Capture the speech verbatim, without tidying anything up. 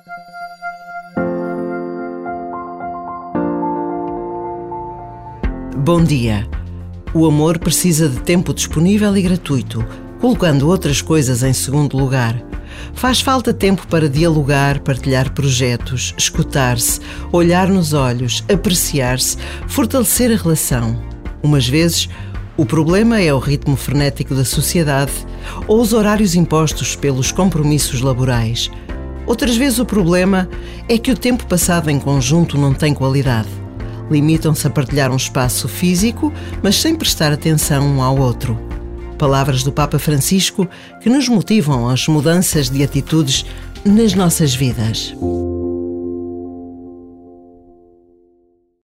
Bom dia. O amor precisa de tempo disponível e gratuito, colocando outras coisas em segundo lugar. Faz falta tempo para dialogar, partilhar projetos, escutar-se, olhar nos olhos, apreciar-se, fortalecer a relação. Umas vezes, o problema é o ritmo frenético da sociedade ou os horários impostos pelos compromissos laborais. Outras vezes, o problema é que o tempo passado em conjunto não tem qualidade. Limitam-se a partilhar um espaço físico, mas sem prestar atenção um ao outro. Palavras do Papa Francisco que nos motivam às mudanças de atitudes nas nossas vidas.